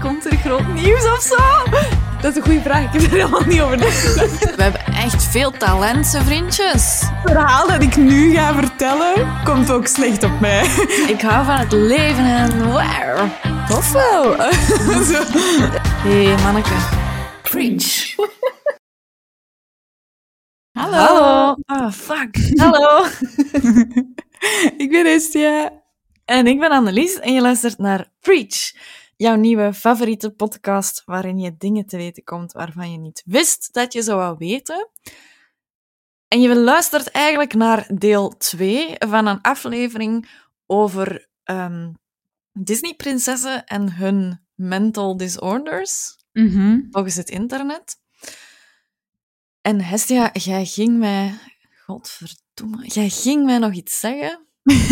Komt er groot nieuws of zo? Dat is een goede vraag. Ik heb er helemaal niet over nagedacht. We hebben echt veel talenten, vriendjes. Het verhaal dat ik nu ga vertellen, komt ook slecht op mij. Ik hou van het leven en wow. Tof wel. Hé, manneke. Preach. Hallo. Oh, fuck. Hallo. Ik ben Estia. En ik ben Annelies en je luistert naar Preach. Jouw nieuwe favoriete podcast waarin je dingen te weten komt waarvan je niet wist dat je zou wou weten. En je luistert eigenlijk naar deel 2 van een aflevering over Disney-prinsessen en hun mental disorders, volgens het internet. En Hestia, jij ging mij... Godverdomme. Jij ging mij nog iets zeggen.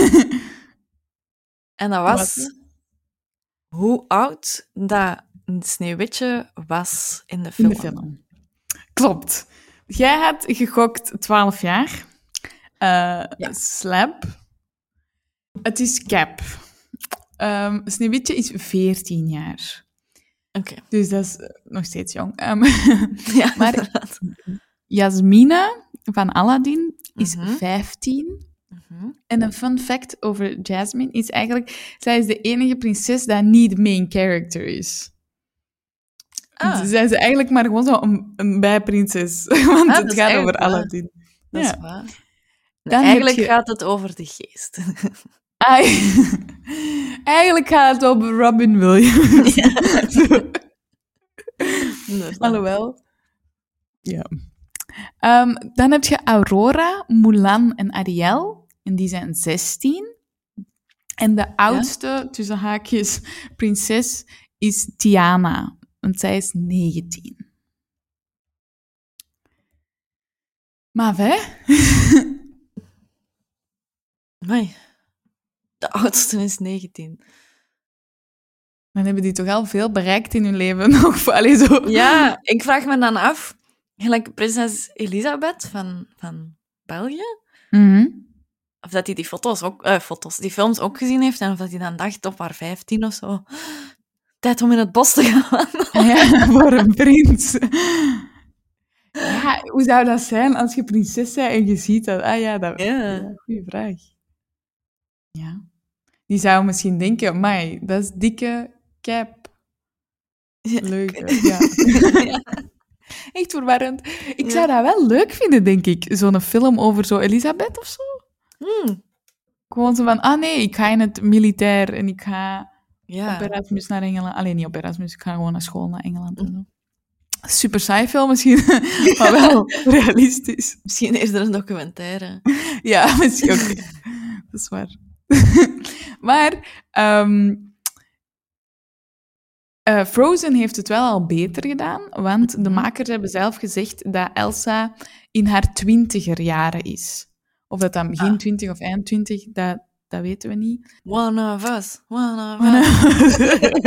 En dat was... Wat? Hoe oud dat Sneeuwwitje was in de film. In de film. Klopt. Jij had gegokt 12 jaar. Ja. Slap. Het is Cap. Sneeuwwitje is 14 jaar. Oké. Dus dat is nog steeds jong. Ja, Maar inderdaad. Jasmina van Aladdin is Mhm. 15. Mhm. En een fun fact over Jasmine is eigenlijk... Zij is de enige prinses dat niet de main character is. Ah, Zij is eigenlijk maar gewoon zo een bijprinses. Want Ah, dat het is gaat eigenlijk over waar. Aladdin. dat Ja. is waar. Dan Eigenlijk heb je- gaat het over de geest. Eigenlijk gaat het over Robin Williams. Inderdaad. Alhoewel. Ja. Dan heb je Aurora, Mulan en Ariel. En die zijn 16. En de oudste, tussen haakjes, prinses is Tiana. Want zij is 19. Maar hè? Amai. De oudste is 19. Dan hebben die toch al veel bereikt in hun leven. Nog, allee, zo. Ja, ik vraag me dan af, gelijk prinses Elisabeth van België, Mhm. of dat hij die die films ook gezien heeft en of dat hij dan dacht op haar 15 of zo, tijd om in het bos te gaan. Ja, voor een prins. Ja, hoe zou dat zijn als je prinses bent en je ziet dat... Ah ja, dat... Ja. Goeie vraag. Ja. Die zou misschien denken, amai, dat is dikke cap. Leuk, hè? Ja. Ja. Echt verwarrend. Ik Ja. zou dat wel leuk vinden, denk ik. Zo'n film over zo Elisabeth of zo. Hmm. Gewoon zo van, ah nee, ik ga in het militair en ik ga Ja. op Erasmus naar Engeland. Alleen niet op Erasmus, ik ga gewoon naar school naar Engeland. En zo. Super saai film misschien, maar wel realistisch. Misschien eerder een documentaire. Ja, misschien ook. Dat is waar. Maar Frozen heeft het wel al beter gedaan, want de makers hebben zelf gezegd dat Elsa in haar 20er jaren is. Of dat dan begin 20 of eind 20, dat weten we niet. One of us, one of us.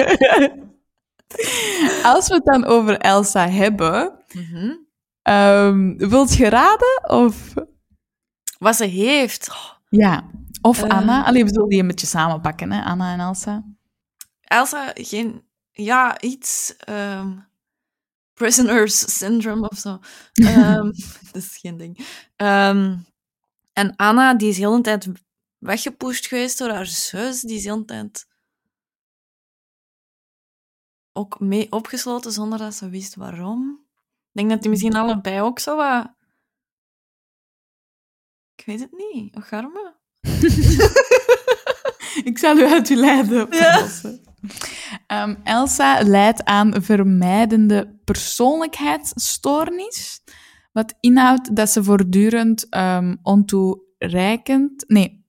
Als we het dan over Elsa hebben, Mhm. wilt je raden? Of... Wat ze heeft. Oh, Ja. Of Eh. Anna. Allee, we zullen die een beetje samenpakken, hè? Anna en Elsa. Elsa, geen... Ja, iets... prisoners syndrome of zo. Dat is geen ding. En Anna, die is heel de tijd weggepusht geweest door haar zus. Die is heel de tijd ook mee opgesloten zonder dat ze wist waarom. Ik denk dat die misschien allebei ook zo wat... Ik weet het niet. Hoe gaat het? Ik zal u uit uw lijden Ja. verlossen. Elsa lijdt aan vermijdende persoonlijkheidsstoornis, wat inhoudt dat ze voortdurend ontoereikend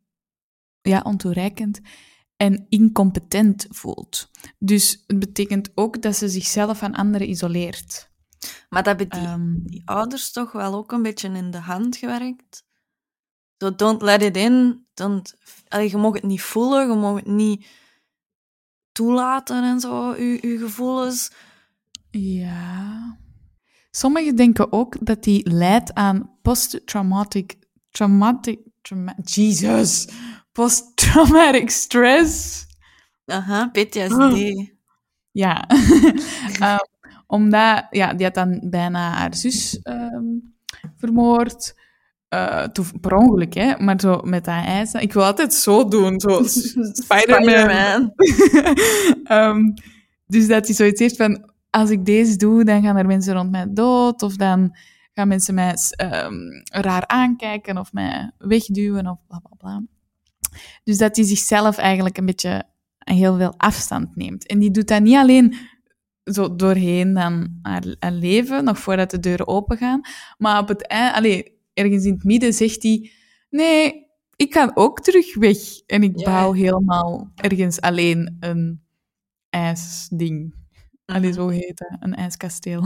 en incompetent voelt. Dus het betekent ook dat ze zichzelf van anderen isoleert. Maar dat hebben die ouders toch wel ook een beetje in de hand gewerkt. Zo, don't let it in. Je mag het niet voelen, je mag het niet toelaten en zo, je gevoelens. Ja. Sommigen denken ook dat die lijdt aan posttraumatic stress. Aha, PTSD. Ja. Omdat, ja, die had dan bijna haar zus vermoord. Per ongeluk, hè. Maar zo met dat ijs. Ik wil altijd zo doen. Zo Spider-Man. Dus dat hij zoiets heeft van... Als ik deze doe, dan gaan er mensen rond mij dood. Of dan gaan mensen mij raar aankijken. Of mij wegduwen. Of bla, bla, bla. Dus dat hij zichzelf eigenlijk een beetje heel veel afstand neemt. En die doet dat niet alleen zo doorheen dan haar leven, nog voordat de deuren open gaan. Maar op het eind, ergens in het midden zegt hij... Nee, ik ga ook terug weg. En ik bouw helemaal ergens alleen een ijsding. Zo heet dat. Een ijskasteel.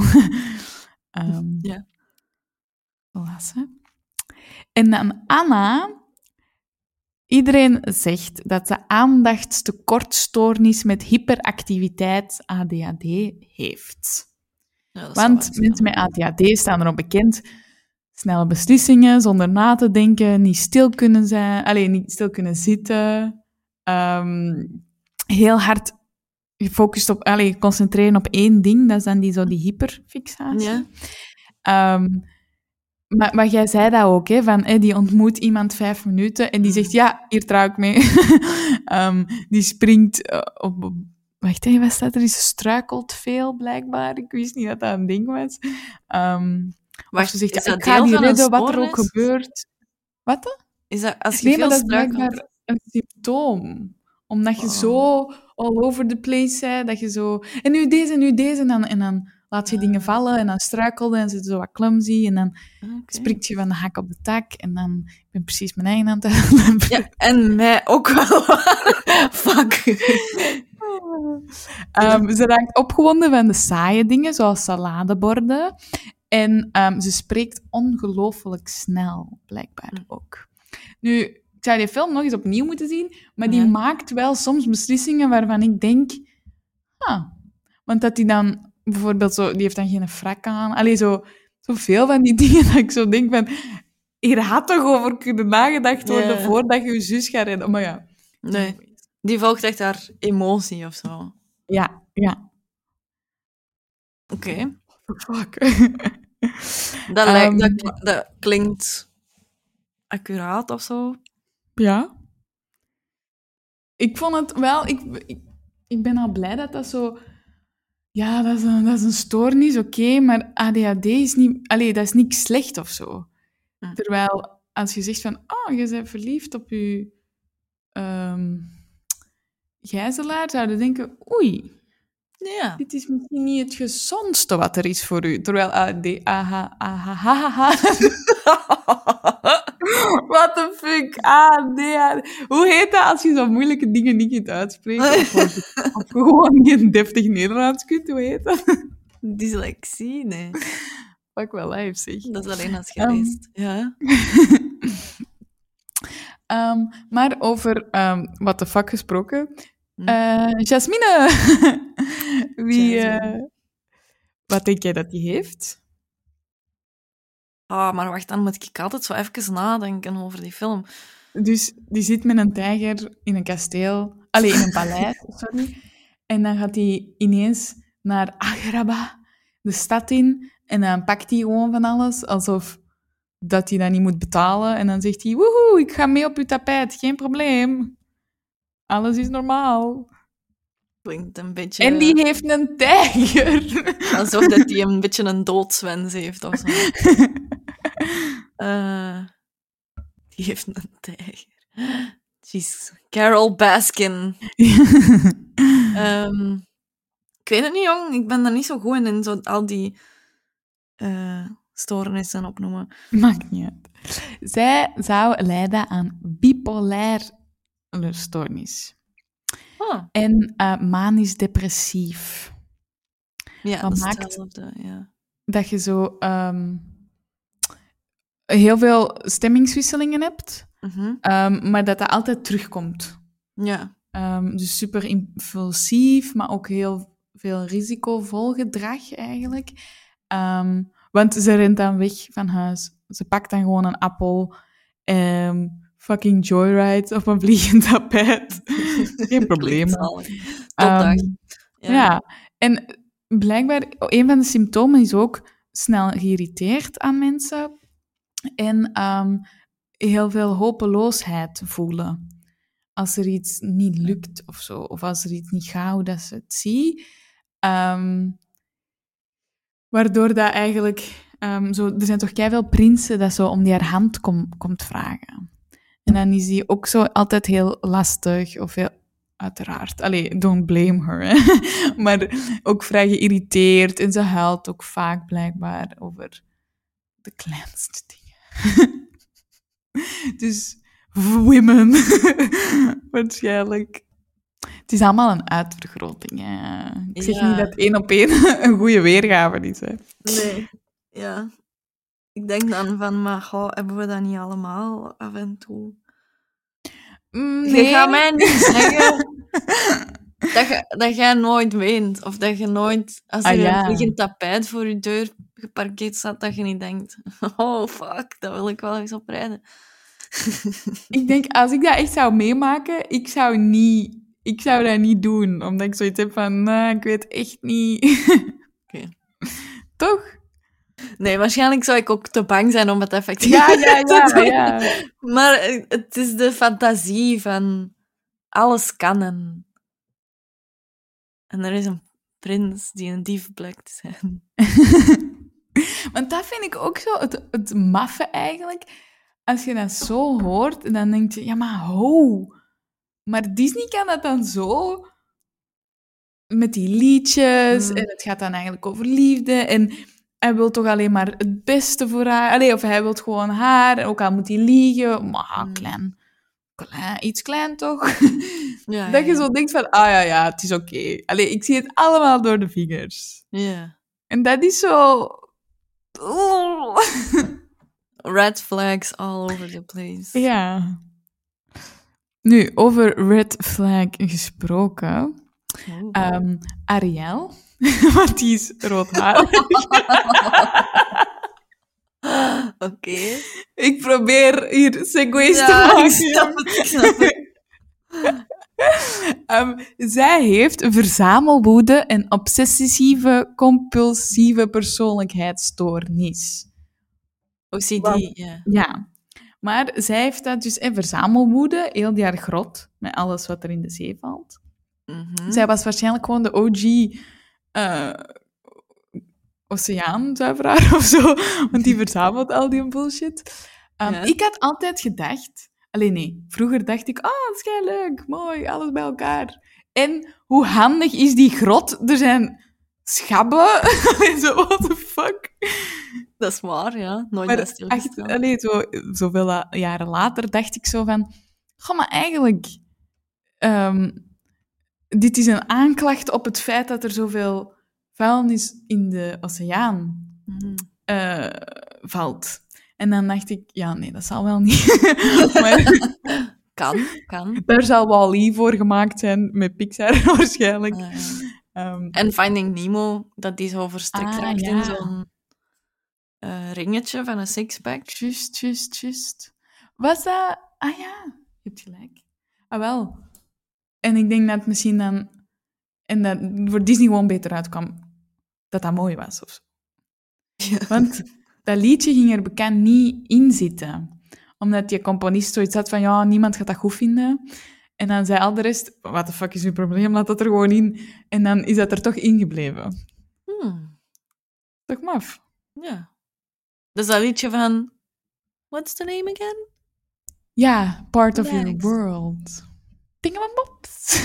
Lassen. En dan Anna... Iedereen zegt dat ze aandachtstekortstoornis met hyperactiviteit ADHD heeft. Ja, want mensen met ADHD staan erop bekend. Snelle beslissingen, zonder na te denken, niet stil kunnen zijn, niet stil kunnen zitten. Heel hard gefocust op, concentreren op één ding. Dat is dan die hyperfixatie. Ja. Maar jij zei dat ook, hè, van die ontmoet iemand 5 minuten en die zegt, ja, hier trouw ik mee. Die springt op... Wacht, wat staat er? Ze struikelt veel, blijkbaar. Ik wist niet dat dat een ding was. Wacht, ze zegt, is dat ik ga deel die van redden, een wat er ook stoornis? gebeurt. Wat? Is dat, als je veel dat is struikelt... blijkbaar een symptoom. Omdat je zo all over the place bent, dat je zo... En nu deze, en dan laat je dingen vallen, en dan struikelde, en zit zo wat clumsy, en dan springt je van de hak op de tak, en dan... Ik ben precies mijn eigen aan het... Ja, en mij ook wel. Fuck. Ze raakt opgewonden van de saaie dingen, zoals saladeborden. En ze spreekt ongelooflijk snel, blijkbaar ook. Nu, ik zou die film nog eens opnieuw moeten zien, maar die maakt wel soms beslissingen waarvan ik denk... Want dat die dan bijvoorbeeld zo... Die heeft dan geen frak aan. Zo veel van die dingen dat ik zo denk van... Hier had toch over kunnen nagedacht worden voordat je zus gaat redden. Maar ja. Nee. Die volgt echt haar emotie of zo. Ja. Oké. Fuck. Dat klinkt accuraat of zo. Ja. Ik vond het wel... Ik ben al blij dat dat zo... Ja, dat is een stoornis, oké, maar ADHD is niet... dat is niks slecht of zo. Terwijl, als je zegt van... je bent verliefd op je gijzelaar, zouden denken... Oei, dit is misschien niet het gezondste wat er is voor u. Terwijl What the fuck? ADHD. Hoe heet dat als je zo moeilijke dingen niet kunt uitspreken? Of gewoon geen deftig Nederlands kunt, hoe heet dat? Dyslexie, nee. Fuck wel lijf, zeg. Dat is alleen als je leest. Ja. Maar over what the fuck gesproken. Jasmine! Wat denk jij dat die heeft? Maar wacht, dan moet ik altijd zo even nadenken over die film. Dus die zit met een tijger in een kasteel. In een paleis, sorry. En dan gaat hij ineens naar Agrabah, de stad in. En dan pakt hij gewoon van alles, alsof dat hij dat niet moet betalen. En dan zegt hij, woehoe, ik ga mee op uw tapijt, geen probleem. Alles is normaal. Klinkt een beetje... En die heeft een tijger. Alsof dat hij een beetje een doodswens heeft of zo. Die heeft een tijger. Jeez. Carol Baskin. Ik weet het niet, jong. Ik ben daar niet zo goed in zo al die stoornissen opnoemen. Maakt niet uit. Zij zou lijden aan bipolaire stoornis. En manisch depressief. Ja, dat maakt hetzelfde, ja. Dat je zo heel veel stemmingswisselingen hebt, maar dat altijd terugkomt. Ja. Dus super impulsief, maar ook heel veel risicovol gedrag eigenlijk. Want ze rent dan weg van huis. Ze pakt dan gewoon een appel. Fucking joyride op een vliegend tapijt. Geen probleem. Topdag. Ja. En blijkbaar, een van de symptomen is ook snel geïrriteerd aan mensen en heel veel hopeloosheid voelen. Als er iets niet lukt of zo, of als er iets niet gaat hoe dat ze het zien. Waardoor dat eigenlijk... er zijn toch keiveel prinsen dat zo om die haar hand komt vragen. En dan is die ook zo altijd heel lastig of heel... Uiteraard. Allee, don't blame her. Hè. Maar ook vrij geïrriteerd. En ze huilt ook vaak blijkbaar over de kleinste dingen. Dus women. Waarschijnlijk. Het is allemaal een uitvergroting. Hè. Ik zeg niet dat 1 op 1 een goede weergave is. Hè. Nee. Ja. Ik denk dan van, maar goh, hebben we dat niet allemaal af en toe? Nee. Je gaat mij niet zeggen dat jij nooit weent. Of dat je nooit, als er een vliegend tapijt voor je deur geparkeerd staat, dat je niet denkt, oh fuck, dat wil ik wel eens oprijden. Ik denk, als ik dat echt zou meemaken, ik zou dat niet doen. Omdat ik zoiets heb van, ik weet echt niet. Okay. Toch? Nee, waarschijnlijk zou ik ook te bang zijn om het effectief te doen. Ja. Maar het is de fantasie van alles kan en er is een prins die een dief blijkt te zijn. Want dat vind ik ook zo het maffe eigenlijk. Als je dat zo hoort, dan denk je, ja maar ho. Maar Disney kan dat dan zo... Met die liedjes, en het gaat dan eigenlijk over liefde, en hij wil toch alleen maar het beste voor haar. Allee, of hij wil gewoon haar, ook al moet hij liegen. Maar iets klein toch? Ja, dat je zo denkt van, ja, het is oké. Allee, ik zie het allemaal door de vingers. Ja. En dat is zo... Red flags all over the place. Ja. Nu, over red flag gesproken. Ariel, want die is roodharig. Oké. Ik probeer hier segways te maken. Ik snap het. Zij heeft verzamelwoede en obsessieve-compulsieve persoonlijkheidsstoornis. OCD, Ja. Maar zij heeft dat dus verzamelwoede, heel jaar grot, met alles wat er in de zee valt. Mm-hmm. Zij was waarschijnlijk gewoon de OG oceaanzuiveraar of zo, want die verzamelt al die bullshit. Ik had altijd gedacht... Vroeger dacht ik, dat is kei leuk, mooi, alles bij elkaar. En hoe handig is die grot? Er zijn schabben. Zo, what the fuck? Dat is waar, ja. Nooit bij stilgestaan. Zoveel jaren later dacht ik zo van... maar eigenlijk... dit is een aanklacht op het feit dat er zoveel vuilnis in de oceaan valt. En dan dacht ik, ja, nee, dat zal wel niet. Maar, kan. Daar zal Wall-E voor gemaakt zijn, met Pixar waarschijnlijk. En Finding Nemo, dat die zo verstrikt raakt in zo'n ringetje van een sixpack. Just. Was dat... Ah ja, je hebt gelijk. Ah wel. En ik denk dat misschien dan... En dat voor Disney gewoon beter uitkwam dat mooi was, of zo. Ja. Want dat liedje ging er bekend niet in zitten. Omdat die componist zoiets had van, ja, niemand gaat dat goed vinden. En dan zei al de rest, what the fuck is uw probleem? Laat dat er gewoon in. En dan is dat er toch ingebleven. Toch maf? Ja. Dus dat liedje van... What's the name again? Ja, Part of Your World. Thingamabobs.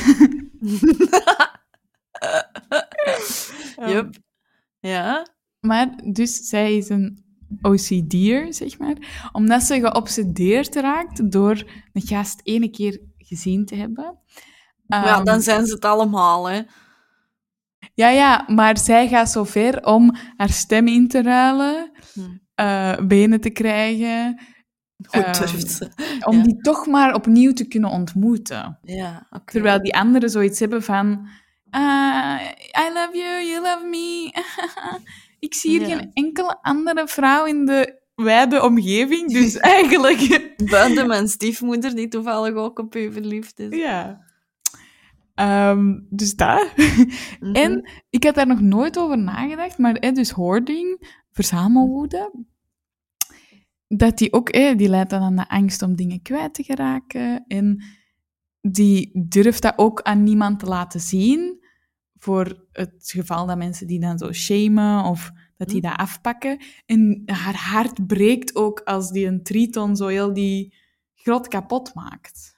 Yup. Ja. Maar dus zij is een OCD'er, zeg maar. Omdat ze geobsedeerd raakt door een gast 1 keer gezien te hebben. Ja, dan zijn ze het allemaal, hè. Ja, maar zij gaat zo ver om haar stem in te ruilen, benen te krijgen. Goed durft ze. Om die toch maar opnieuw te kunnen ontmoeten. Ja, okay. Terwijl die anderen zoiets hebben van... I love you, you love me. Ik zie hier geen enkele andere vrouw in de wijde omgeving, dus eigenlijk... Buiten mijn stiefmoeder, die toevallig ook op u verliefd is. Ja. Dus dat. Mhm. En ik had daar nog nooit over nagedacht, maar dus hoarding, verzamelwoede, dat die ook, die leidt dan aan de angst om dingen kwijt te geraken. En die durft dat ook aan niemand te laten zien, voor het geval dat mensen die dan zo shamen of dat die dat afpakken. En haar hart breekt ook als die een triton zo heel die grot kapot maakt.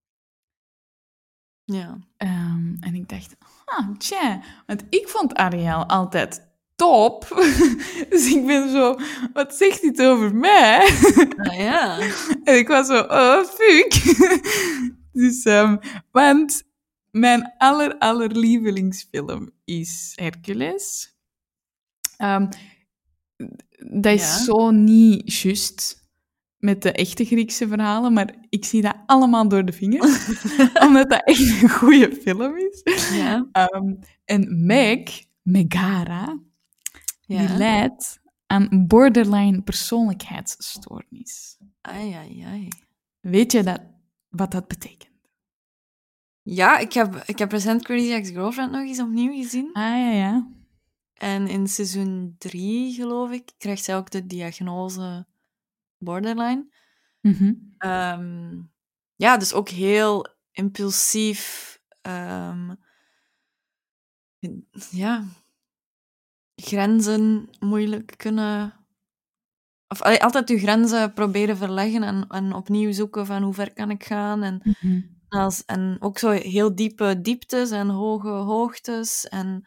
Ja. En ik dacht, tja, want ik vond Ariel altijd top. Dus ik ben zo, wat zegt dit over mij? Ah, ja. En ik was zo, oh, fuck. Dus, want mijn allerlievelingsfilm is Hercules. Dat is Ja. zo niet juist met de echte Griekse verhalen, maar ik zie dat allemaal door de vingers, omdat dat echt een goede film is. Ja. En Megara, die Ja. leidt aan borderline persoonlijkheidsstoornis. Ai, ai, ai. Weet je wat dat betekent? Ja, ik heb recent Crazy Ex-Girlfriend nog eens opnieuw gezien. Ja. En in seizoen 3, geloof ik, krijgt zij ook de diagnose borderline. Mhm. Ja, dus ook heel impulsief. Ja, grenzen moeilijk kunnen... Of altijd je grenzen proberen verleggen en opnieuw zoeken van hoe ver kan ik gaan. Mhm. En ook zo heel diepe dieptes en hoge hoogtes. En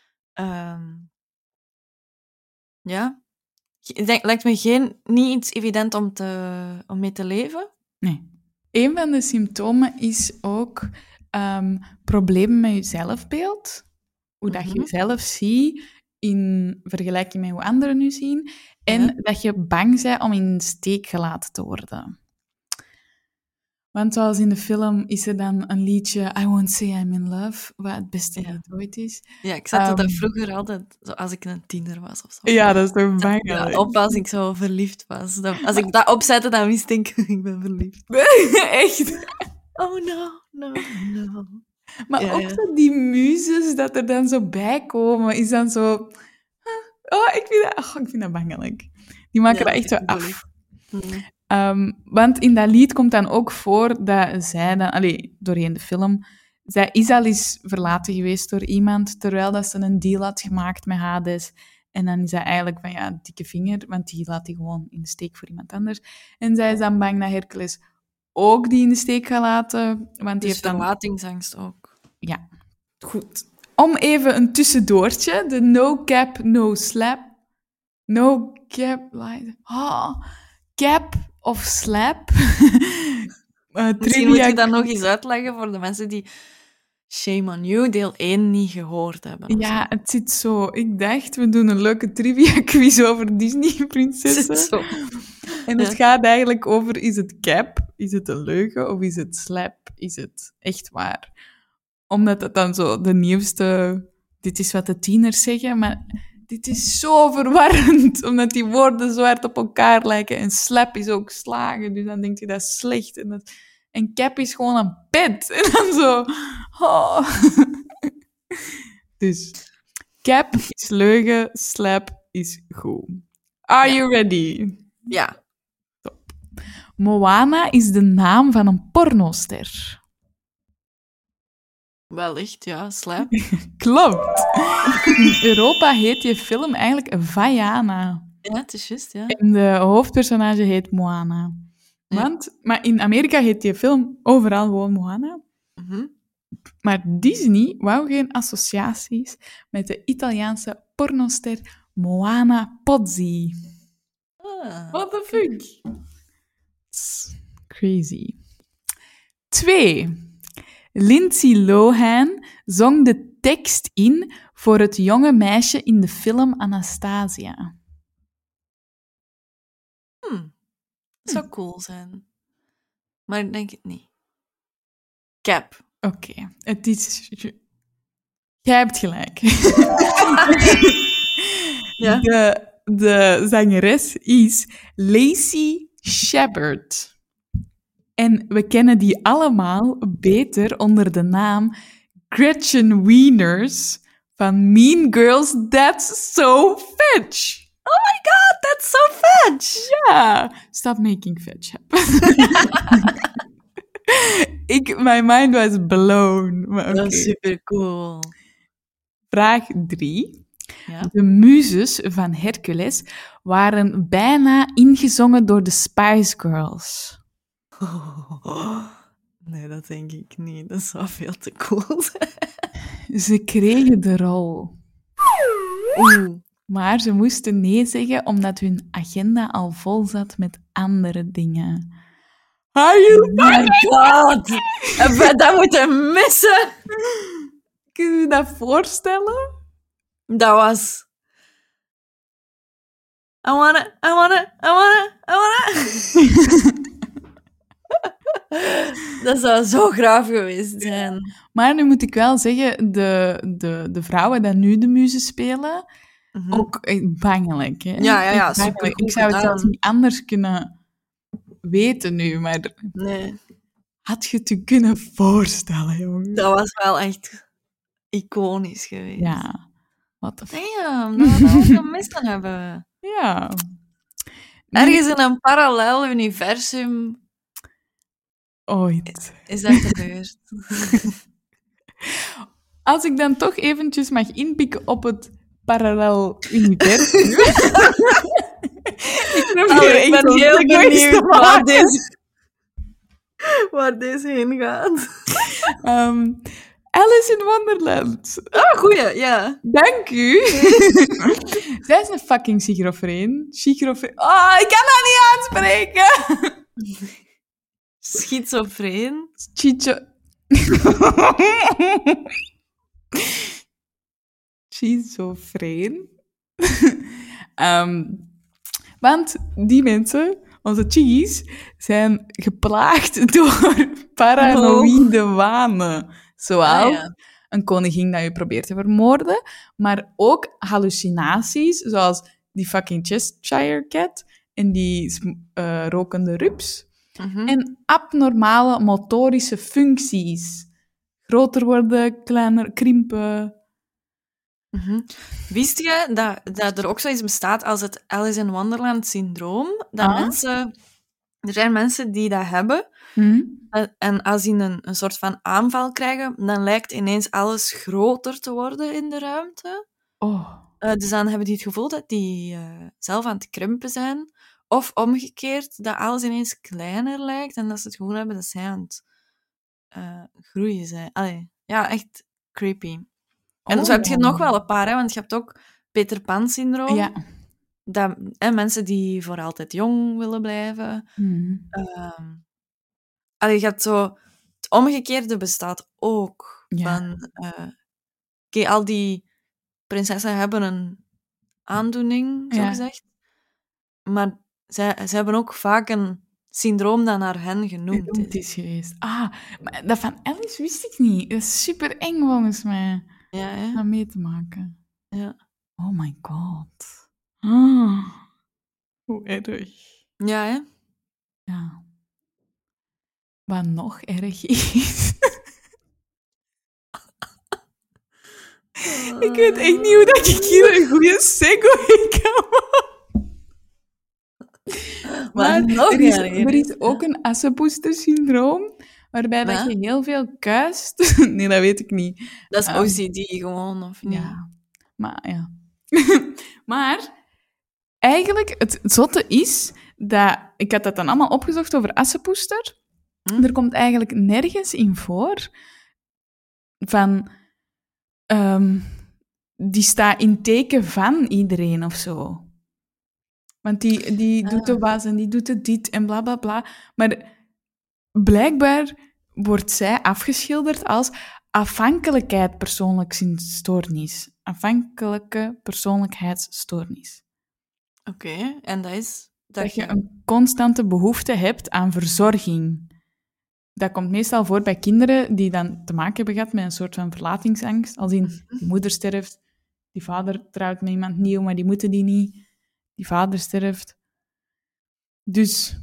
ja, lijkt me niet iets evident om mee te leven. Nee. Een van de symptomen is ook problemen met je zelfbeeld. Hoe dat je jezelf ziet in vergelijking met hoe anderen je zien. En dat je bang bent om in de steek gelaten te worden. Want zoals in de film is er dan een liedje I Won't Say I'm in Love, wat het beste lied ooit is. Ja, ik zette dat vroeger altijd, zo als ik een tiener was of zo. Ja, dat is toch bang. Ja, op als ik zo verliefd was. Als ik dat opzette, dan wist ik, ik ben verliefd. Echt? Oh, no. Maar ook zo die muzes dat er dan zo bij komen, is dan zo... ik vind dat bangelijk. Die maken dat echt zo af. Want in dat lied komt dan ook voor dat zij dan... doorheen de film... Zij is al eens verlaten geweest door iemand, terwijl dat ze een deal had gemaakt met Hades. En dan is hij eigenlijk van, dikke vinger, want die laat hij gewoon in de steek voor iemand anders. En zij is dan bang dat Hercules ook die in de steek gaat laten. Want die dus heeft dan... verlatingsangst ook. Ja, goed. Om even een tussendoortje. De no cap, no slap. No cap... cap of slap. Misschien moet je dat nog eens uitleggen voor de mensen die Shame on You deel 1 niet gehoord hebben. Ja, het zit zo. Ik dacht, we doen een leuke trivia-quiz over Disney-prinsessen. Zit zo. En het gaat eigenlijk over, is het cap, is het een leugen, of is het slap, is het echt waar? Omdat het dan zo de nieuwste... Dit is wat de tieners zeggen, maar dit is zo verwarrend, omdat die woorden zo hard op elkaar lijken. En slap is ook slagen, dus dan denk je dat is slecht. En cap is gewoon een pet. En dan zo... Dus cap is leugen, slap is goed. Are you ready? Ja. Top. Moana is de naam van een pornoster. Wellicht, ja. Slap. Klopt. In Europa heet je film eigenlijk Vaiana. Ja, het is juist, ja. En de hoofdpersonage heet Moana. Maar in Amerika heet die film overal gewoon Moana. Maar Disney wou geen associaties met de Italiaanse pornoster Moana Pozzi. What the fuck? It's crazy. 2. Lindsay Lohan zong de tekst in voor het jonge meisje in de film Anastasia. Dat zou cool zijn. Maar ik denk het niet. Cap. Oké, het is... Jij hebt gelijk. Ja. De zangeres is Lacey Shepard. En we kennen die allemaal beter onder de naam Gretchen Wieners van Mean Girls That's So Fetch. Oh my god, that's so fetch! Ja, stop making fetch happen. My mind was blown. Maar Dat oké. is super cool. Vraag 3. Ja. De muzes van Hercules waren bijna ingezongen door de Spice Girls. Nee, dat denk ik niet. Dat zou veel te cool zijn. Ze kregen de rol. Oeh. Maar ze moesten nee zeggen omdat hun agenda al vol zat met andere dingen. Are you Oh my god! Hebben we dat moeten missen? Kun je je dat voorstellen? Dat was... I wanna. Dat zou zo graaf geweest zijn. Maar nu moet ik wel zeggen, de vrouwen die nu de muzen spelen, Mhm. ook bangelijk. Hè? Ja, Echt supergoed bangelijk. Ik zou het gedaan. zelfs niet anders kunnen weten nu, maar Nee, had je het je kunnen voorstellen, jongen? dat was wel echt iconisch geweest. Ja, wat de Damn, dat we dat gemist hebben. Ja. Ergens in een parallel universum Ooit. is dat gebeurd. Als ik dan toch eventjes mag inpikken op het parallel universum. Ik probeer Ik ben echt heel een quiz te benieuwd maken. waar deze heen gaat. Alice in Wonderland. Ah, goeie, ja. Dank u. Zij is een fucking schizofreen. Oh, ik kan dat niet uitspreken. Schizofreen. Chicho... Schizofreen. Want die mensen, onze chiggies, zijn geplaagd door paranoïde wanen. Zoals Ah, ja. een koningin dat je probeert te vermoorden, maar ook hallucinaties, zoals die fucking Cheshire Cat en die rokende rups. Mhm. En abnormale motorische functies. Groter worden, kleiner, krimpen. Mhm. Wist je dat er ook zoiets bestaat als het Alice in Wonderland syndroom? Dat er zijn mensen die dat hebben. En als die een soort van aanval krijgen, dan lijkt ineens alles groter te worden in de ruimte. Oh. Dus dan hebben die het gevoel dat die zelf aan het krimpen zijn. Of omgekeerd, dat alles ineens kleiner lijkt en dat ze het gevoel hebben dat zij aan het groeien zijn. Allee, ja, echt creepy. En zo heb je nog wel een paar, hè, want je hebt ook Peter Pan-syndroom. Ja. Mensen die voor altijd jong willen blijven. Hmm. Je hebt zo... Het omgekeerde bestaat ook. Ja. Van, al die prinsessen hebben een aandoening, zogezegd. Maar ze hebben ook vaak een syndroom dat naar hen genoemd Het is. is geweest. Maar dat van Alice wist ik niet. Dat is super eng volgens mij. Ja, hè? Om mee te maken. Ja. Oh my god. Hoe erg. Ja, hè? Ja. Wat nog erg is. Ik weet echt niet hoe dat ik hier een goede segue kan maken. Maar nog er is ook een Assepoester-syndroom, waarbij dat je heel veel kuist. Nee, dat weet ik niet. Dat is OCD gewoon, of niet? Ja. Maar, ja. Maar, eigenlijk, het zotte is dat... Ik had dat dan allemaal opgezocht over Assepoester. Er komt eigenlijk nergens in voor van... die staat in teken van iedereen of zo. Want die doet de was en die doet de dit en bla bla bla. Maar blijkbaar wordt zij afgeschilderd als afhankelijke persoonlijkheidsstoornis. Oké, en dat is... Dat je een constante behoefte hebt aan verzorging. Dat komt meestal voor bij kinderen die dan te maken hebben gehad met een soort van verlatingsangst. Als in, die moeder sterft, die vader trouwt met iemand nieuw, maar die moeten die niet. Die vader sterft. Dus,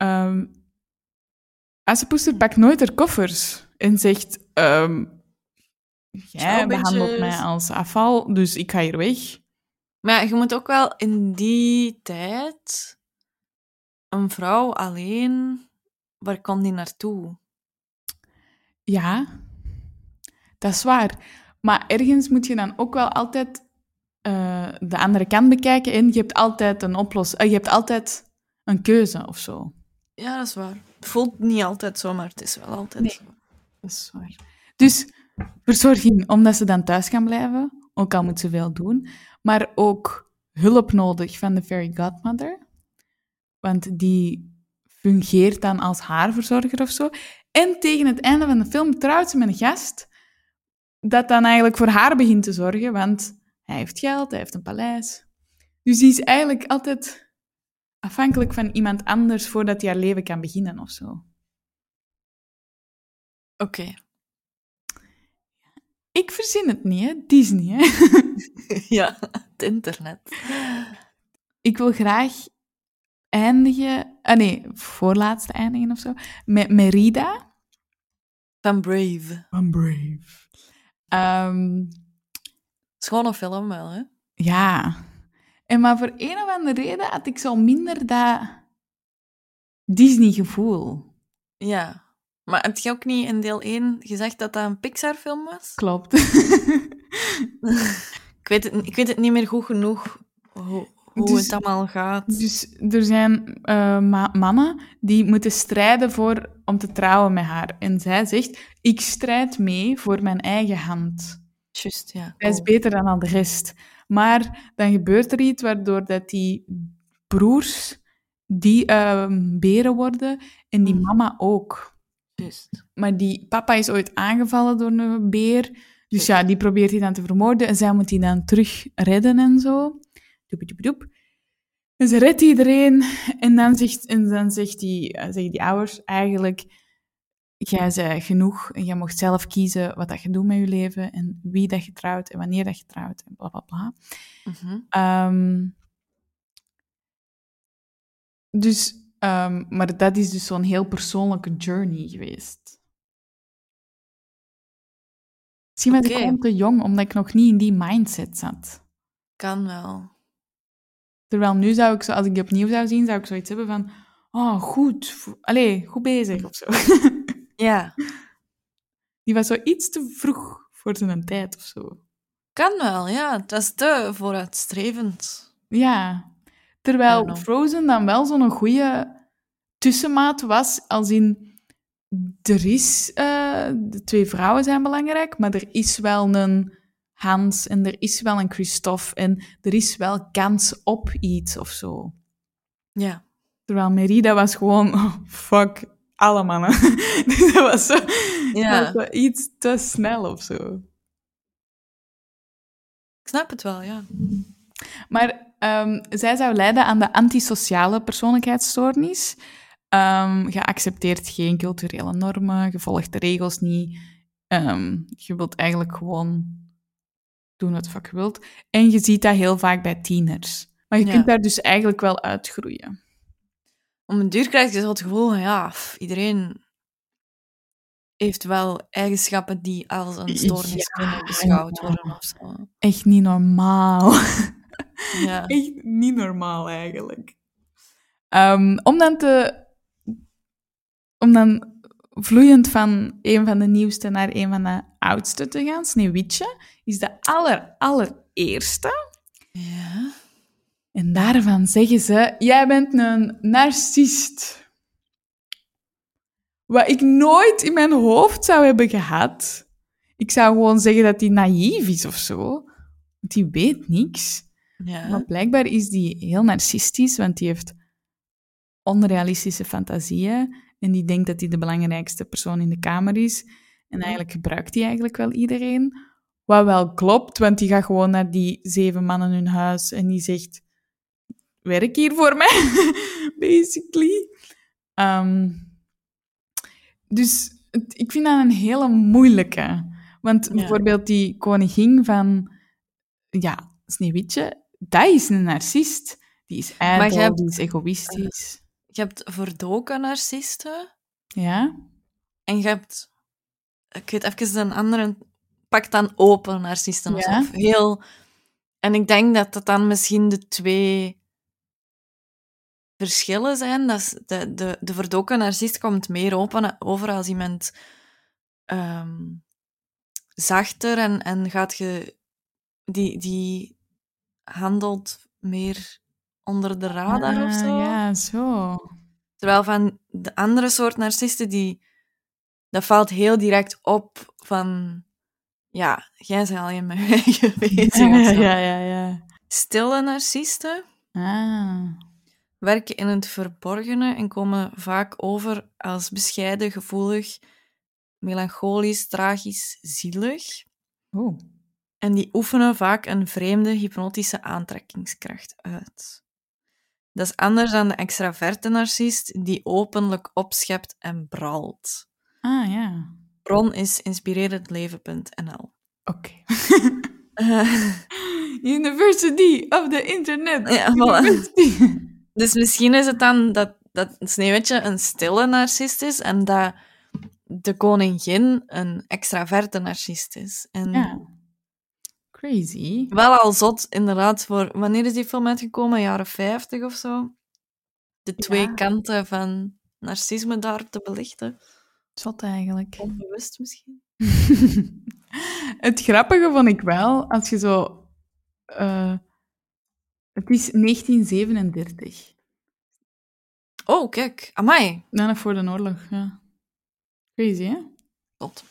Assepoester pakt nooit haar koffers en zegt, Jij behandelt mij als afval, dus ik ga hier weg. Maar ja, je moet ook wel in die tijd... Een vrouw alleen... Waar kon die naartoe? Ja, dat is waar. Maar ergens moet je dan ook wel altijd de andere kant bekijken en je hebt altijd een oplossing. Je hebt altijd een keuze of zo. Ja, dat is waar. Het voelt niet altijd zo, maar het is wel altijd zo. Dat is waar. Dus verzorging, omdat ze dan thuis kan blijven, ook al moet ze veel doen, maar ook hulp nodig van de fairy godmother, want die fungeert dan als haar verzorger of zo. En tegen het einde van de film trouwt ze met een gast dat dan eigenlijk voor haar begint te zorgen, want hij heeft geld, hij heeft een paleis. Dus die is eigenlijk altijd afhankelijk van iemand anders voordat hij haar leven kan beginnen of zo. Oké. Ik verzin het niet, hè. Disney, hè. Ja, het internet. Ik wil graag eindigen... voorlaatste eindigen of zo. Met Merida. Van Brave. Van Brave. Schone film wel, hè? Ja. Maar voor een of andere reden had ik zo minder dat Disney-gevoel. Ja. Maar heb je ook niet in deel 1 gezegd dat dat een Pixar-film was? Klopt. Ik weet het niet meer goed genoeg hoe Dus- het allemaal gaat. Dus er zijn mannen die moeten strijden om te trouwen met haar. En zij zegt, ik strijd mee voor mijn eigen hand. Juist, ja. Hij is beter dan al de rest. Maar dan gebeurt er iets waardoor dat die broers die beren worden en die mama ook. Juist. Maar die papa is ooit aangevallen door een beer. Dus ja, die probeert hij dan te vermoorden. En zij moet die dan terug redden en zo. Doep. En ze redt iedereen. En dan zeggen die ouders eigenlijk... Jij bent genoeg en jij mag zelf kiezen wat dat je doet met je leven en wie dat je trouwt en wanneer dat je trouwt en bla bla bla. Maar dat is dus zo'n heel persoonlijke journey geweest. Misschien was ik gewoon te jong, omdat ik nog niet in die mindset zat. Kan wel. Terwijl nu zou ik, als ik die opnieuw zou zien, zou ik zoiets hebben van... Oh, goed. Goed bezig, of zo. Ja. Die was zo iets te vroeg voor zijn tijd, of zo. Kan wel, ja. Het is te vooruitstrevend. Ja. Terwijl Frozen dan wel zo'n goede tussenmaat was, als in... de 2 vrouwen zijn belangrijk, maar er is wel een Hans en er is wel een Christophe en er is wel kans op iets of zo. Ja. Terwijl Merida was gewoon, fuck, alle mannen. Dus dat was zo iets te snel of zo. Ik snap het wel, ja. Maar zij zou lijden aan de antisociale persoonlijkheidsstoornis. Je accepteert geen culturele normen, je volgt de regels niet. Je wilt eigenlijk gewoon doen wat je wilt. En je ziet dat heel vaak bij tieners. Maar je kunt daar dus eigenlijk wel uitgroeien. Om een duur krijg je zo het gevoel van, ja, iedereen heeft wel eigenschappen die als een stoornis kunnen beschouwd worden of zo. Echt niet normaal. Ja. Echt niet normaal, eigenlijk. Om dan vloeiend van een van de nieuwste naar een van de oudste te gaan, Sneeuwwitje, is de allereerste. Ja. En daarvan zeggen ze, jij bent een narcist. Wat ik nooit in mijn hoofd zou hebben gehad. Ik zou gewoon zeggen dat hij naïef is of zo. Want die weet niks. Ja. Maar blijkbaar is die heel narcistisch, want die heeft onrealistische fantasieën. En die denkt dat hij de belangrijkste persoon in de kamer is. En eigenlijk gebruikt hij eigenlijk wel iedereen. Wat wel klopt, want die gaat gewoon naar die 7 mannen in hun huis en die zegt... Werk hier voor mij, basically. Dus ik vind dat een hele moeilijke. Want bijvoorbeeld die koningin van Sneeuwwitje, dat is een narcist. Die is ijdel, die is egoïstisch. Je hebt verdoken narcisten. Ja. En je hebt... Ik weet even een andere pakt dan open narcisten of zo. Ja. Of heel... En ik denk dat dat dan misschien de twee verschillen zijn. Dat is de verdoken narcist komt meer open over als iemand zachter en gaat je... Die handelt meer onder de radar of zo. Ja, zo. Terwijl van de andere soort narcisten, dat valt heel direct op van... Ja, jij bent al in met mij geweest. Ja. Stille narcisten Ah. werken in het verborgene en komen vaak over als bescheiden, gevoelig, melancholisch, tragisch, zielig. Oh. En die oefenen vaak een vreemde hypnotische aantrekkingskracht uit. Dat is anders dan de extraverte narcist die openlijk opschept en bralt. Ah, ja. Bron is inspirerendleven.nl. Oké. University of the Internet. Ja, University. Dus misschien is het dan dat Sneeuwwitje een stille narcist is en dat de koningin een extraverte narcist is. En Ja. Crazy. wel al zot, inderdaad, voor... Wanneer is die film uitgekomen? Jaren 50 of zo? De twee kanten van narcisme daar te belichten. Zot eigenlijk. Onbewust misschien. Het grappige vond ik wel, als je zo... het is 1937. Oh, kijk. Amai. Net voor de oorlog, ja. Crazy, hè? Zot.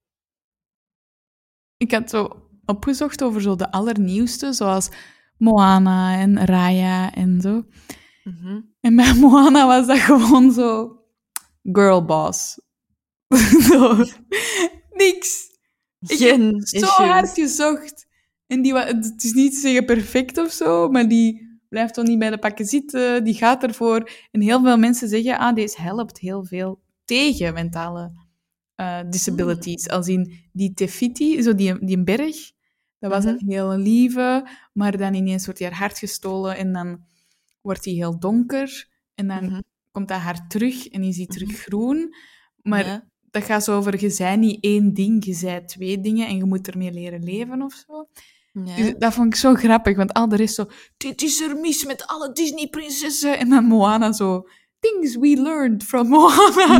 Ik had zo opgezocht over zo de allernieuwste, zoals Moana en Raya en zo. Mhm. En bij Moana was dat gewoon zo... Girlboss. Zo. Niks. Ik Geen heb zo issues. hard gezocht. En het is niet te zeggen perfect of zo, maar die blijft toch niet bij de pakken zitten. Die gaat ervoor. En heel veel mensen zeggen, deze helpt heel veel tegen mentale disabilities. Als in die Tefiti, zo die berg, dat was een heel lieve, maar dan ineens wordt hij haar hart gestolen en dan wordt hij heel donker. En dan komt dat hart terug en is hij terug groen. Maar dat gaat zo over, je zei niet één ding, je zei twee dingen en je moet ermee leren leven of zo. Ja. Dus dat vond ik zo grappig, want al de rest zo, dit is er mis met alle Disney-prinsessen. En dan Moana zo, things we learned from Moana.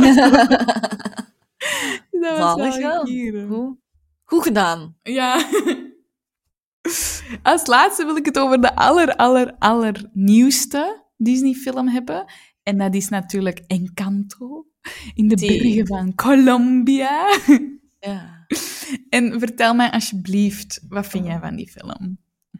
Dat was Zalig wel. gieren. Goed gedaan. Ja. Als laatste wil ik het over de allernieuwste Disney-film hebben. En dat is natuurlijk Encanto. In de bergen van Colombia. Ja. En vertel mij alsjeblieft, wat vind jij van die film?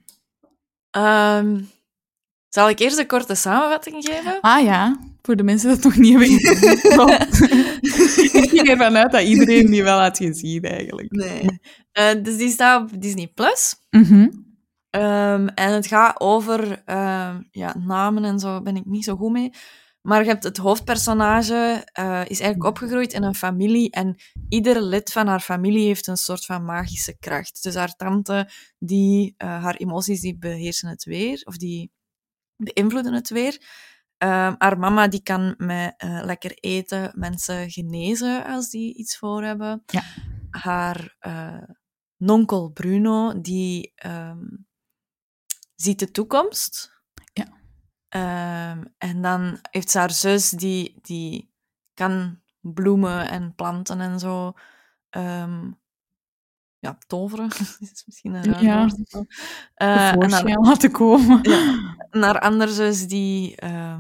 Zal ik eerst een korte samenvatting geven? Ah ja, voor de mensen dat nog niet weten. Ik ging ervan uit dat iedereen die wel had gezien, eigenlijk. Nee. Dus die staat op Disney+. Mm-hmm. En het gaat over namen en zo, ben ik niet zo goed mee. Maar je hebt het hoofdpersonage, is eigenlijk opgegroeid in een familie en ieder lid van haar familie heeft een soort van magische kracht. Dus haar tante, haar emoties, die beheersen het weer, of die beïnvloeden het weer. Haar mama, die kan met lekker eten mensen genezen als die iets voor hebben. Ja. Haar nonkel Bruno, die ziet de toekomst. Ja. En dan heeft ze haar zus, die kan bloemen en planten en zo toveren. Dat is misschien een raar woord. Tevoorschijn laten komen. Ja, en haar andere zus, die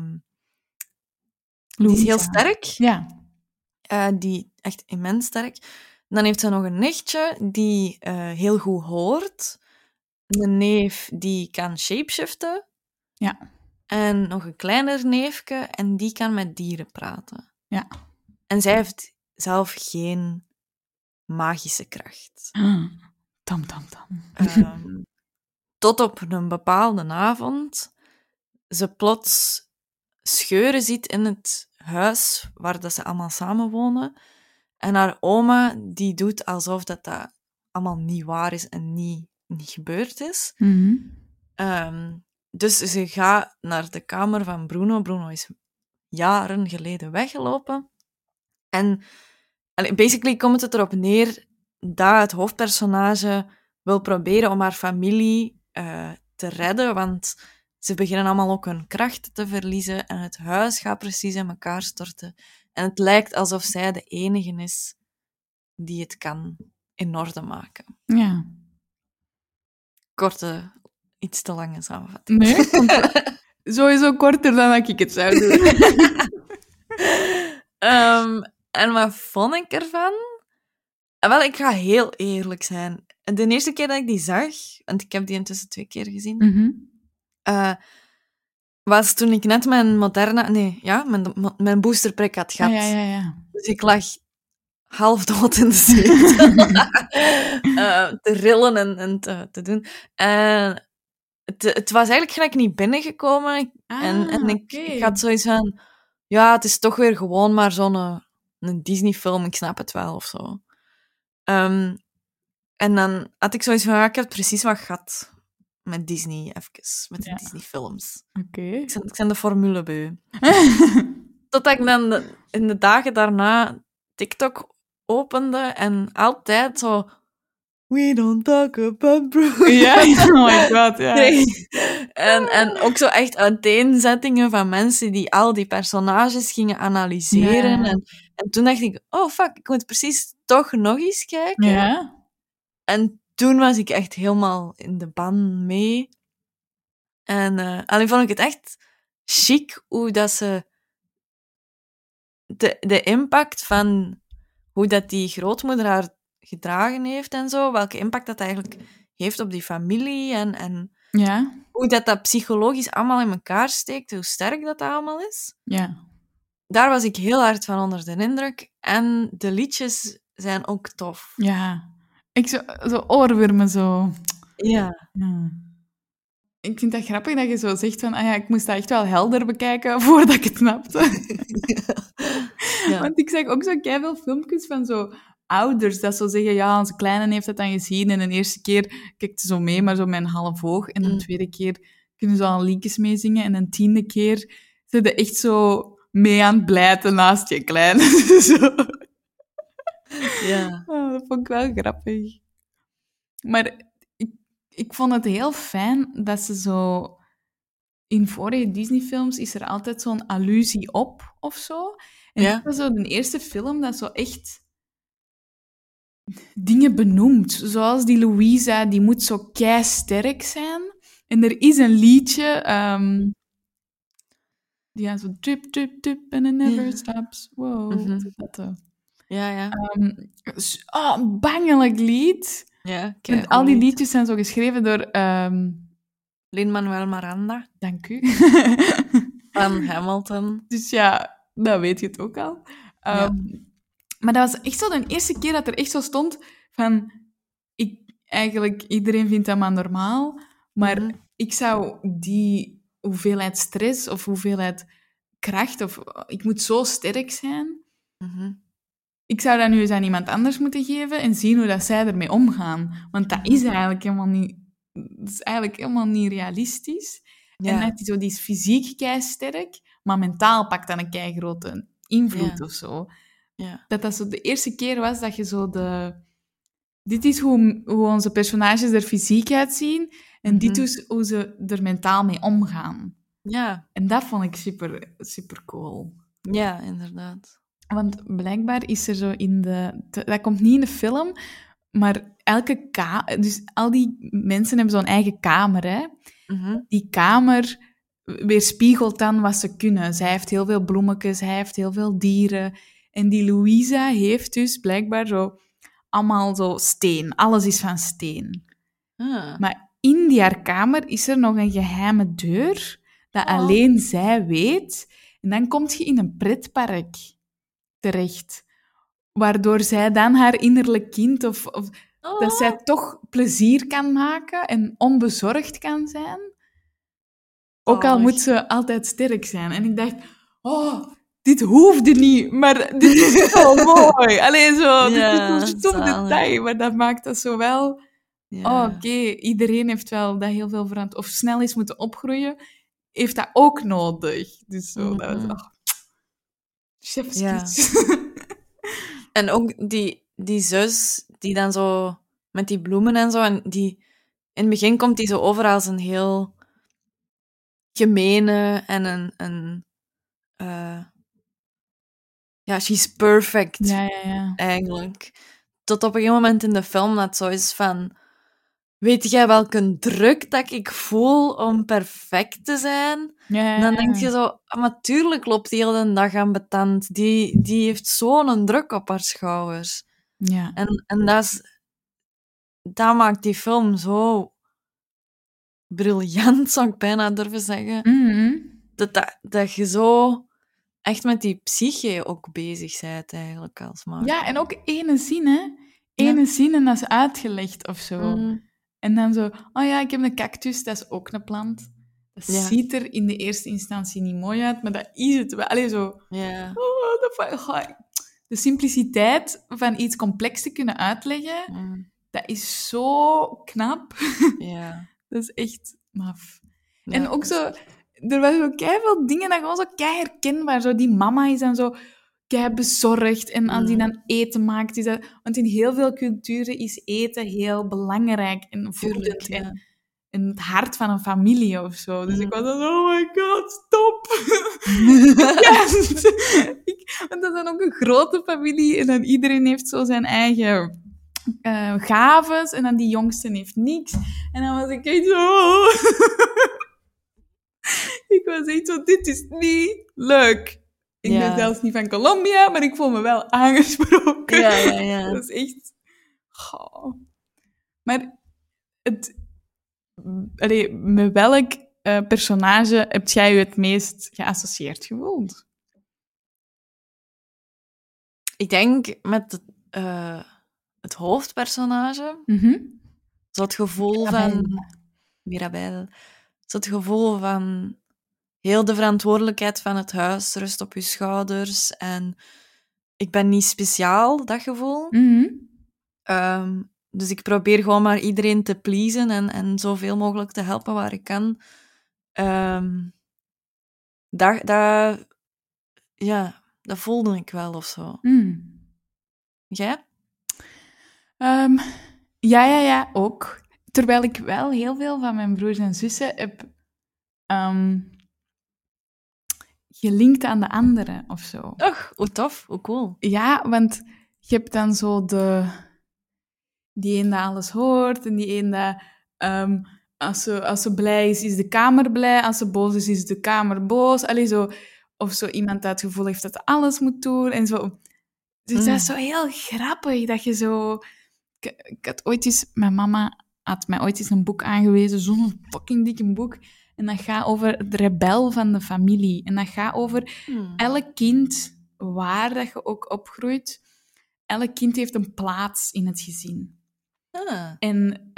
is heel sterk. Ja. Die echt immens sterk. Dan heeft ze nog een nichtje die heel goed hoort. Een neef die kan shapeshiften. Ja. En nog een kleiner neefje en die kan met dieren praten. Ja. En zij heeft zelf geen magische kracht. Tam. Tot op een bepaalde avond ze plots scheuren ziet in het huis waar dat ze allemaal samenwonen. En haar oma die doet alsof dat allemaal niet waar is en niet gebeurd is. Mm-hmm. Dus ze gaat naar de kamer van Bruno. Bruno is jaren geleden weggelopen. En basically komt het erop neer dat het hoofdpersonage wil proberen om haar familie te redden, want ze beginnen allemaal ook hun krachten te verliezen en het huis gaat precies in elkaar storten. En het lijkt alsof zij de enige is die het kan in orde maken. Ja. Korte, iets te lange samenvatting. Nee, ik vond het sowieso korter dan dat ik het zou doen. En wat vond ik ervan? Wel, ik ga heel eerlijk zijn. De eerste keer dat ik die zag, want ik heb die intussen 2 keer gezien, was toen ik net mijn boosterprik had gehad. Ja. Dus ik lag half dood in de zetel. Te rillen en te doen. En het was eigenlijk gelijk niet binnengekomen. En ik had zoiets van... Ja, het is toch weer gewoon maar zo'n een Disney-film, ik snap het wel, of zo. En dan had ik zoiets van... Ja, ik heb precies wat gehad met Disney, even. Met de Disney-films. Oké. Ik ben de formule beu. Totdat ik dan in de dagen daarna TikTok opende en altijd zo... We don't talk about Bruce. Ja, oh my god, ja. Nee. En ook zo echt uiteenzettingen van mensen die al die personages gingen analyseren. Ja. En toen dacht ik, oh fuck, ik moet precies toch nog eens kijken. Ja. En toen was ik echt helemaal in de ban mee. En alleen vond ik het echt chic hoe dat ze... De impact van hoe dat die grootmoeder haar gedragen heeft en zo, welke impact dat eigenlijk heeft op die familie en Ja. hoe dat psychologisch allemaal in elkaar steekt, hoe sterk dat allemaal is. Ja. Daar was ik heel hard van onder de indruk. En de liedjes zijn ook tof. Ja. Ik zo oorwormen zo. Ja. Ik vind dat grappig dat je zo zegt van, ik moest dat echt wel helder bekijken voordat ik het snapte. Ja. Want ik zag ook zo keiveel filmpjes van zo ouders dat zo zeggen, ja, onze kleine heeft dat dan gezien en de eerste keer kijkt ze zo mee, maar zo met een half oog. En de tweede keer kunnen ze al liedjes meezingen en de 10e keer zit ze echt zo mee aan het blijten naast je kleine. Zo. Ja. Oh, dat vond ik wel grappig. Maar ik vond het heel fijn dat ze zo... In vorige Disney-films is er altijd zo'n allusie op, of zo. En dit was zo de eerste film dat zo echt dingen benoemt. Zoals die Louisa, die moet zo keisterk zijn. En er is een liedje... die zo... Drip, drip, drip, and it never stops. Wow, wat is dat? Ja. Een bangelijk lied. Ja, En al die liedjes zijn zo geschreven door... Lin-Manuel Miranda. Dank u. Van Hamilton. Dus ja, dat weet je het ook al. Maar dat was echt zo de eerste keer dat er echt zo stond van... Eigenlijk, iedereen vindt dat maar normaal, maar ik zou die hoeveelheid stress of hoeveelheid kracht, of ik moet zo sterk zijn, ik zou dat nu eens aan iemand anders moeten geven en zien hoe dat zij ermee omgaan. Want dat is eigenlijk helemaal niet realistisch. Ja. En die is fysiek keisterk, maar mentaal pakt dat een keigrote invloed of zo. Ja. Dat zo de eerste keer was dat je zo dit is hoe onze personages er fysiek uitzien en dit is hoe ze er mentaal mee omgaan. Ja. En dat vond ik super, super cool. Ja, inderdaad. Want blijkbaar is er zo dat komt niet in de film, maar dus al die mensen hebben zo'n eigen kamer, hè. Die kamer weerspiegelt dan wat ze kunnen. Zij heeft heel veel bloemetjes, hij heeft heel veel dieren. En die Louisa heeft dus blijkbaar zo allemaal zo steen. Alles is van steen. Maar in die haar kamer is er nog een geheime deur dat alleen zij weet. En dan kom je in een pretpark terecht. Waardoor zij dan haar innerlijk kind of dat zij toch plezier kan maken en onbezorgd kan zijn. Ook al moet ze altijd sterk zijn. En ik dacht, dit hoefde niet, maar dit is zo mooi. Allee, zo, dit is zo'n stom detail, maar dat maakt dat zo wel... Ja. Oké, iedereen heeft wel dat heel veel veranderd. Of snel is moeten opgroeien, heeft dat ook nodig. Dus zo, dat was... chef's kies. En ook die zus, die dan zo met die bloemen en zo, en die, in het begin komt die zo over als een heel gemene en een ja, she's perfect, Ja. eigenlijk. Tot op een gegeven moment in de film dat zo is van, weet jij welke druk dat ik voel om perfect te zijn? Ja. En dan denk je zo, natuurlijk loopt die hele dag aan betand. Die heeft zo'n druk op haar schouders. Ja. En dat maakt die film zo briljant, zou ik bijna durven zeggen. Mhm. Dat je zo echt met die psyche ook bezig bent, eigenlijk, als maker. Ja, en ook ene zin, hè. Ja. Ene zin en dat is uitgelegd of zo. Mm, En dan zo, oh ja, ik heb een cactus, dat is ook een plant. Dat Ja. ziet er in de eerste instantie niet mooi uit, maar dat is het wel. Allee, zo... ja. De simpliciteit van iets complex te kunnen uitleggen, Mm, dat is zo knap. ja. Dat is echt maf. Ja, En ook dat is zo, echt- er waren zo keiveel dingen dat gewoon zo kei herkenbaar. Zo, die mama is dan zo kei bezorgd. En als die dan eten maakt, is dat... Want in heel veel culturen is eten heel belangrijk en voedend. Tuurlijk, ja. En in het hart van een familie of zo. Dus ik was dan, oh my god, stop! Yes! Want dat is dan ook een grote familie en dan iedereen heeft zo zijn eigen gaves en dan die jongste heeft niks. En dan was ik echt zo... ik was echt zo, dit is niet leuk. Ik Ja. ben zelfs niet van Colombia, maar ik voel me wel aangesproken. Ja. Dat is echt... Oh. Maar met welk personage heb jij je het meest geassocieerd gevoeld? Ik denk met het hoofdpersonage, Mhm. zo het gevoel van... Mirabel. Zo het gevoel van... Heel de verantwoordelijkheid van het huis rust op je schouders. En ik ben niet speciaal, dat gevoel. Mhm. Dus ik probeer gewoon maar iedereen te pleasen en zoveel mogelijk te helpen waar ik kan. Dat voelde ik wel of zo. Mm. Jij? Ja, ook. Terwijl ik wel heel veel van mijn broers en zussen heb gelinkt aan de anderen of zo. Och, hoe tof, hoe cool. Ja, want je hebt dan zo die een dat alles hoort en die een dat als ze blij is, is de kamer blij. Als ze boos is de kamer boos. Allee, zo. Of zo iemand dat het gevoel heeft dat alles moet doen en zo. Dus dat is zo heel grappig dat je zo... Ik had ooit eens... Mijn mama had mij ooit eens een boek aangewezen, zo'n fucking dikke boek. En dat gaat over de rebel van de familie. En dat gaat over elk kind, waar dat je ook opgroeit, elk kind heeft een plaats in het gezin. En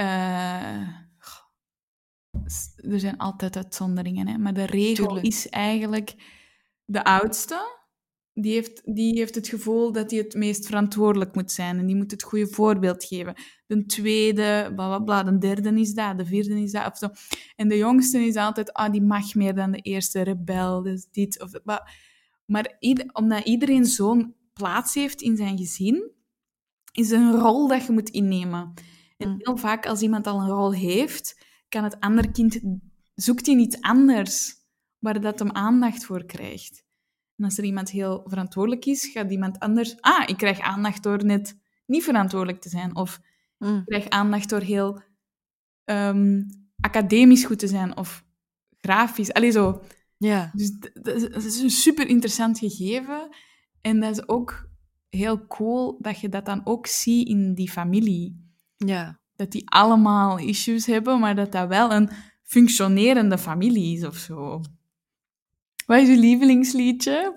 er zijn altijd uitzonderingen, hè, maar de regel Tuurlijk. is eigenlijk de oudste. Die heeft het gevoel dat hij het meest verantwoordelijk moet zijn en die moet het goede voorbeeld geven. De tweede, bla bla bla, de derde is dat, de vierde is dat, of zo. En de jongste is altijd, die mag meer dan de eerste, rebel, dus dit of dat. Maar omdat iedereen zo'n plaats heeft in zijn gezin, is een rol dat je moet innemen. En heel vaak als iemand al een rol heeft, kan het andere kind, zoekt hij iets anders waar dat hem aandacht voor krijgt. En als er iemand heel verantwoordelijk is, gaat iemand anders... ik krijg aandacht door net niet verantwoordelijk te zijn. Of ik krijg aandacht door heel academisch goed te zijn. Of grafisch. Allee, zo. Ja. Dus dat is een super interessant gegeven. En dat is ook heel cool dat je dat dan ook ziet in die familie. Ja. Dat die allemaal issues hebben, maar dat dat wel een functionerende familie is of zo. Wat is je lievelingsliedje?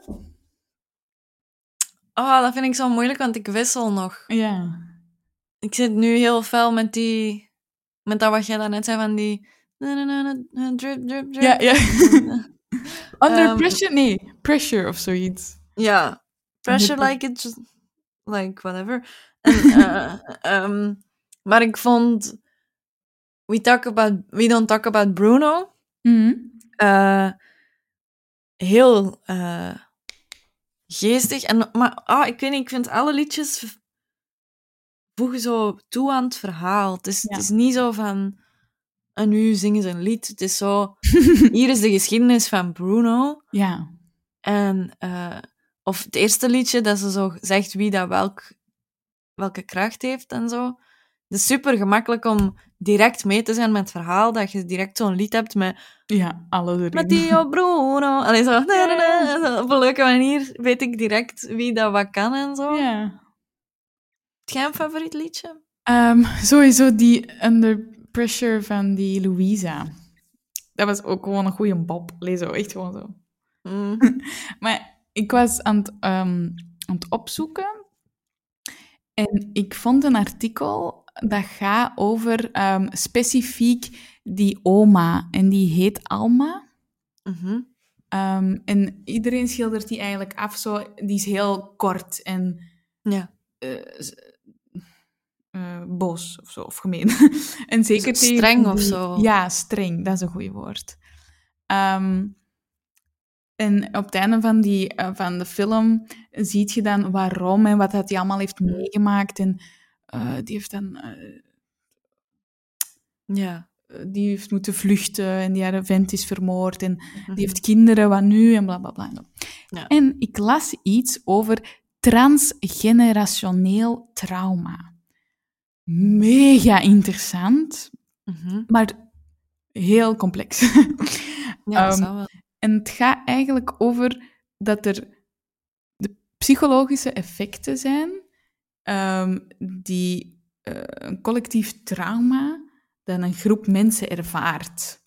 Dat vind ik zo moeilijk, want ik wissel nog. Ja. Ik zit nu heel fel met dat wat jij daarnet zei, van die... Drip, drip, drip. Ja. Under pressure? Nee, pressure of zoiets. Ja. Pressure like it, just, like whatever. Maar ik vond We Don't Talk About Bruno heel geestig. Maar ik weet niet, ik vind alle liedjes voegen zo toe aan het verhaal. Het Ja. is niet zo van... En nu zingen ze een lied. Het is zo... Hier is de geschiedenis van Bruno. Ja. En... of het eerste liedje, dat ze zo zegt wie dat welke kracht heeft en zo. Het is super gemakkelijk om direct mee te zijn met het verhaal, dat je direct zo'n lied hebt met Ja, alles erin. Matteo Bruno. Allee, zo, zo. Op een leuke manier weet ik direct wie dat wat kan en zo. Ja. Heb jij een favoriet liedje? Sowieso die Under Pressure van die Louisa. Dat was ook gewoon een goede bop. Lees zo, echt gewoon zo. Maar ik was aan het opzoeken en ik vond een artikel dat gaat over specifiek die oma. En die heet Alma. En iedereen schildert die eigenlijk af zo. Die is heel kort en Ja. boos of zo, of gemeen. En zeker Dus streng tegen of zo? Ja, streng, dat is een goed woord. En op het einde van de film zie je dan waarom en wat hij allemaal heeft meegemaakt. En die heeft dan... Ja. Die heeft moeten vluchten en die haar vent is vermoord. En die heeft kinderen, wat nu? En blablabla. Bla, bla. Ja. En ik las iets over transgenerationeel trauma. Mega interessant, maar heel complex. Ja, dat zou wel. En het gaat eigenlijk over dat er de psychologische effecten zijn die een collectief trauma dat een groep mensen ervaart.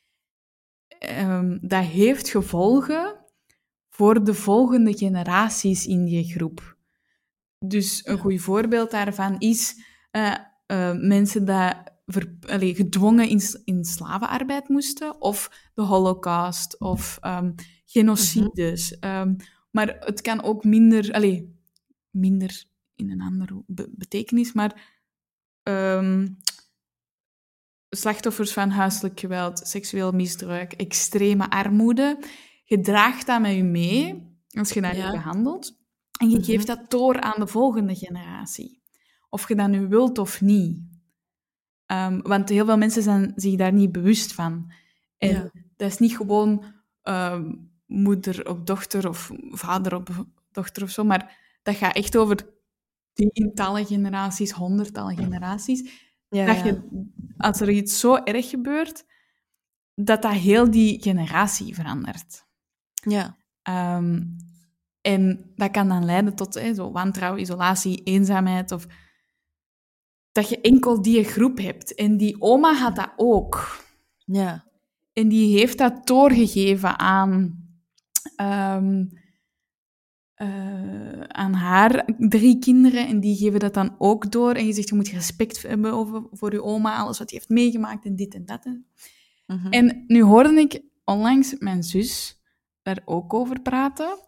Dat heeft gevolgen voor de volgende generaties in die groep. Dus een goed voorbeeld daarvan is mensen die gedwongen in slavenarbeid moesten, of de Holocaust, of genocides. Maar het kan ook minder in een andere betekenis, maar slachtoffers van huiselijk geweld, seksueel misbruik, extreme armoede. Je draagt dat met je mee als je dat behandelt. En je geeft dat door aan de volgende generatie. Of je dat nu wilt of niet. Want heel veel mensen zijn zich daar niet bewust van. En dat is niet gewoon moeder op dochter of vader op dochter of zo, maar dat gaat echt over tientallen generaties, honderdtallen generaties. Als er iets zo erg gebeurt, dat heel die generatie verandert. Ja. En dat kan dan leiden tot zo wantrouwen, isolatie, eenzaamheid, of dat je enkel die groep hebt. En die oma had dat ook. Ja. En die heeft dat doorgegeven aan haar 3 kinderen. En die geven dat dan ook door. En je zegt, je moet respect hebben voor je oma, alles wat die heeft meegemaakt en dit en dat. En nu hoorde ik onlangs mijn zus daar ook over praten.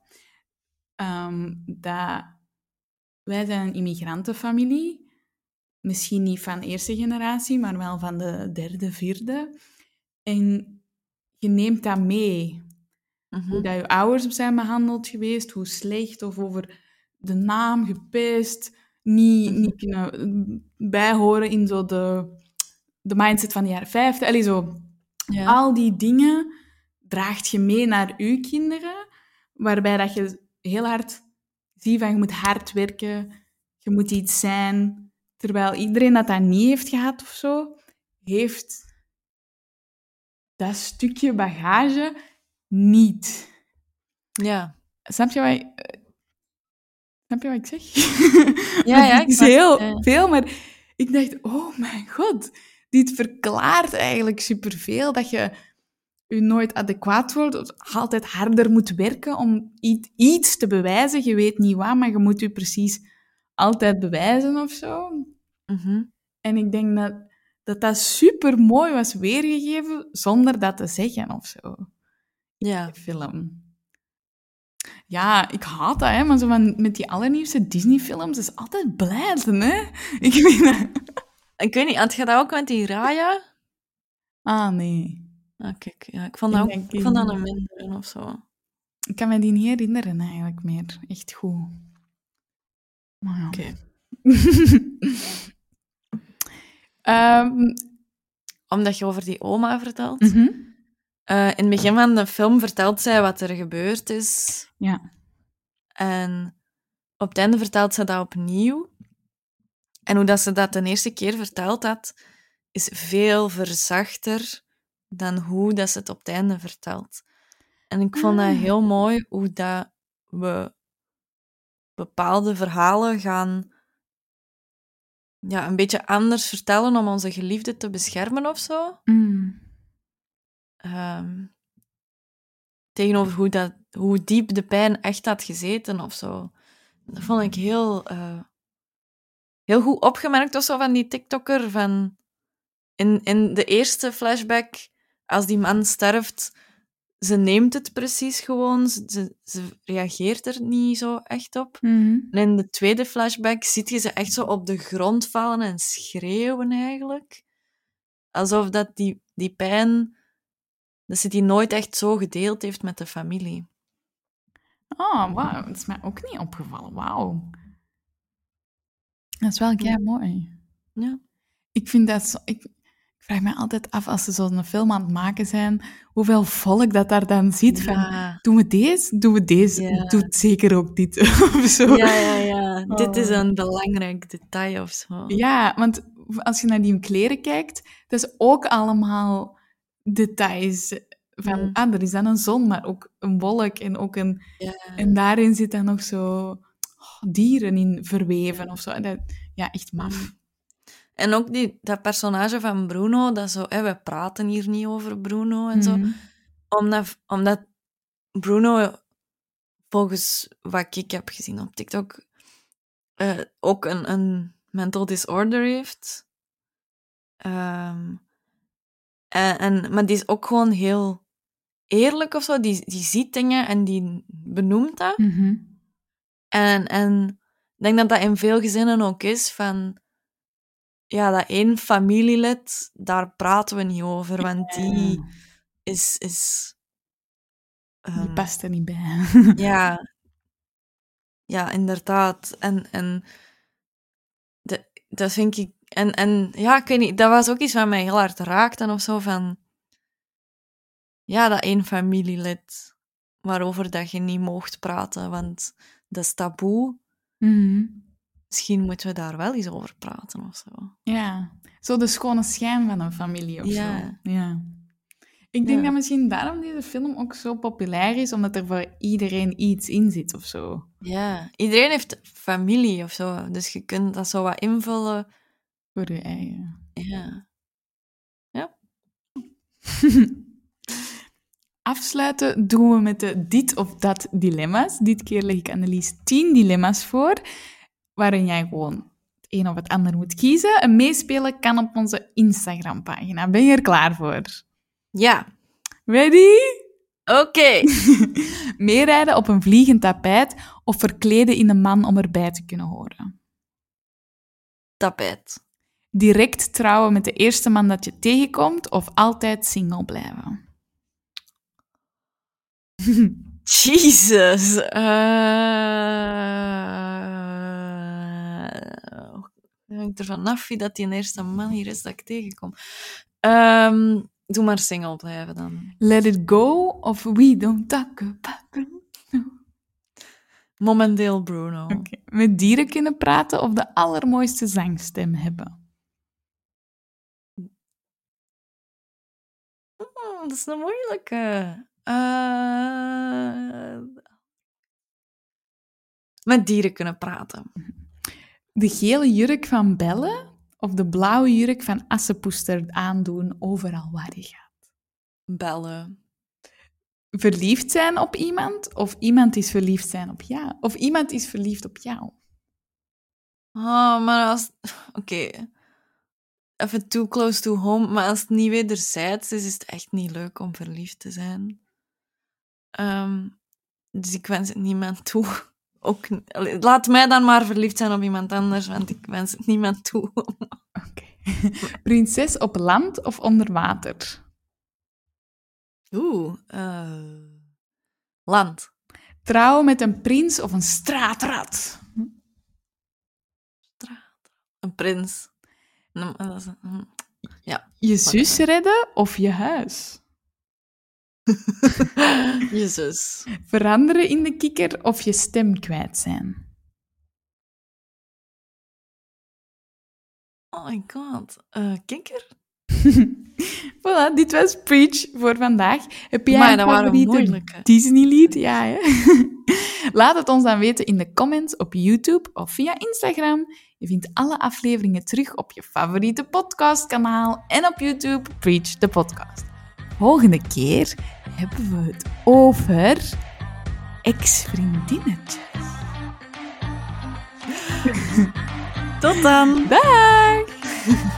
Dat wij zijn een immigrantenfamilie. Misschien niet van de eerste generatie, maar wel van de 3e, 4e. En je neemt dat mee. Hoe dat je ouders zijn behandeld geweest, hoe slecht, of over de naam gepest, niet kunnen bijhoren in zo de mindset van de jaren 50. Allee, zo. Ja. Al die dingen draagt je mee naar je kinderen, waarbij dat je heel hard ziet van je moet hard werken, je moet iets zijn. Terwijl iedereen dat niet heeft gehad of zo, heeft dat stukje bagage niet. Ja. Snap je wat ik zeg? Ja, het is heel veel, maar ik dacht, oh mijn god, dit verklaart eigenlijk superveel, dat je nooit adequaat wordt, of altijd harder moet werken om iets te bewijzen. Je weet niet wat, maar je moet je precies altijd bewijzen of zo. En ik denk dat super mooi was weergegeven, zonder dat te zeggen of zo. Ja. In de film. Ja, ik haat dat, hè, maar zo met die allernieuwste Disney-films is altijd blijven, hè. Ik weet niet, had je dat ook met die Raya? Ah, nee. Ah, kijk, ja, ik vond dat een minder of zo. Ik kan me die niet herinneren, eigenlijk, meer. Echt goed. Maar ja. Oké. Ehm, Omdat je over die oma vertelt. mhm. In het begin van de film vertelt zij wat er gebeurd is. Ja. En op het einde vertelt ze dat opnieuw. En hoe dat ze dat de eerste keer verteld had, is veel verzachter dan hoe dat ze het op het einde vertelt. En ik vond dat heel mooi hoe dat we bepaalde verhalen gaan een beetje anders vertellen om onze geliefde te beschermen of zo. Mm. Tegenover hoe diep de pijn echt had gezeten of zo. Dat vond ik heel goed opgemerkt of zo van die TikToker. Van in de eerste flashback, als die man sterft, ze neemt het precies gewoon. Ze reageert er niet zo echt op. Mhm. En in de tweede flashback ziet je ze echt zo op de grond vallen en schreeuwen eigenlijk. Alsof dat die pijn, dat ze die nooit echt zo gedeeld heeft met de familie. Oh, wauw. Dat is mij ook niet opgevallen. Wauw. Dat is wel kei mooi. Ja. Ik vind dat zo... Ik vraag me altijd af, als ze zo'n film aan het maken zijn, hoeveel volk dat daar dan zit. Van, doen we deze? Doen we deze? Ja. Doe zeker ook dit. Of zo. Ja. Oh. Dit is een belangrijk detail of zo. Ja, want als je naar die kleren kijkt, dat is ook allemaal details. Van, er is dan een zon, maar ook een wolk en ook een... Ja. En daarin zit dan nog zo dieren in verweven of zo. En dat, ja, echt maf. En ook dat personage van Bruno, dat zo, we praten hier niet over Bruno en zo. Omdat Bruno, volgens wat ik heb gezien op TikTok, ook een mental disorder heeft. Maar die is ook gewoon heel eerlijk of zo. Die ziet dingen en die benoemt dat. En ik denk dat dat in veel gezinnen ook is van... Ja, dat één familielid, daar praten we niet over, want die is... Die past er niet bij. Ja, inderdaad. En dat vind ik... En ja, ik weet niet, dat was ook iets wat mij heel hard raakte of zo, van... Ja, dat één familielid waarover dat je niet mocht praten, want dat is taboe. Misschien moeten we daar wel eens over praten of zo. Ja, zo de schone schijn van een familie of Ja. zo. Ja. Ik denk dat misschien daarom deze film ook zo populair is, omdat er voor iedereen iets in zit of zo. Ja, iedereen heeft familie of zo, dus je kunt dat zo wat invullen. Voor je eigen. Ja. Afsluiten doen we met de dit of dat dilemma's. Dit keer leg ik Annelies 10 dilemma's voor, waarin jij gewoon het een of het ander moet kiezen. En meespelen kan op onze Instagram-pagina. Ben je er klaar voor? Ja. Ready? Oké. Meerijden op een vliegend tapijt of verkleden in een man om erbij te kunnen horen? Tapijt. Direct trouwen met de eerste man dat je tegenkomt of altijd single blijven? Jesus. Hangt ervan af wie dat die eerste man hier is dat ik tegenkom. Doe maar single blijven dan. Let it go of we don't talk about Bruno? Momenteel Bruno. Okay. Met dieren kunnen praten of de allermooiste zangstem hebben? Dat is een moeilijke. Met dieren kunnen praten. De gele jurk van Belle of de blauwe jurk van Assepoester aandoen overal waar je gaat? Bellen. Verliefd zijn op iemand of iemand is verliefd zijn op jou? Of iemand is verliefd op jou? Oh, maar als... Oké. Even too close to home. Maar als het niet wederzijds is het echt niet leuk om verliefd te zijn. Dus ik wens het niemand toe. Ook, laat mij dan maar verliefd zijn op iemand anders, want ik wens het niemand toe. Oké. Prinses op land of onder water? Land. Trouwen met een prins of een straatrat? Een prins. Ja. Je zus redden of je huis? Je zus. Veranderen in de kikker of je stem kwijt zijn? Oh my god. Kikker? Voilà, dit was Preach voor vandaag. Heb jij Amai, een dat waren favoriete moeilijke. Disney-lied? Ja, hè? Laat het ons dan weten in de comments op YouTube of via Instagram. Je vindt alle afleveringen terug op je favoriete podcastkanaal en op YouTube Preach de podcast. Volgende keer hebben we het over ex-vriendinnetjes. Tot dan. Dag!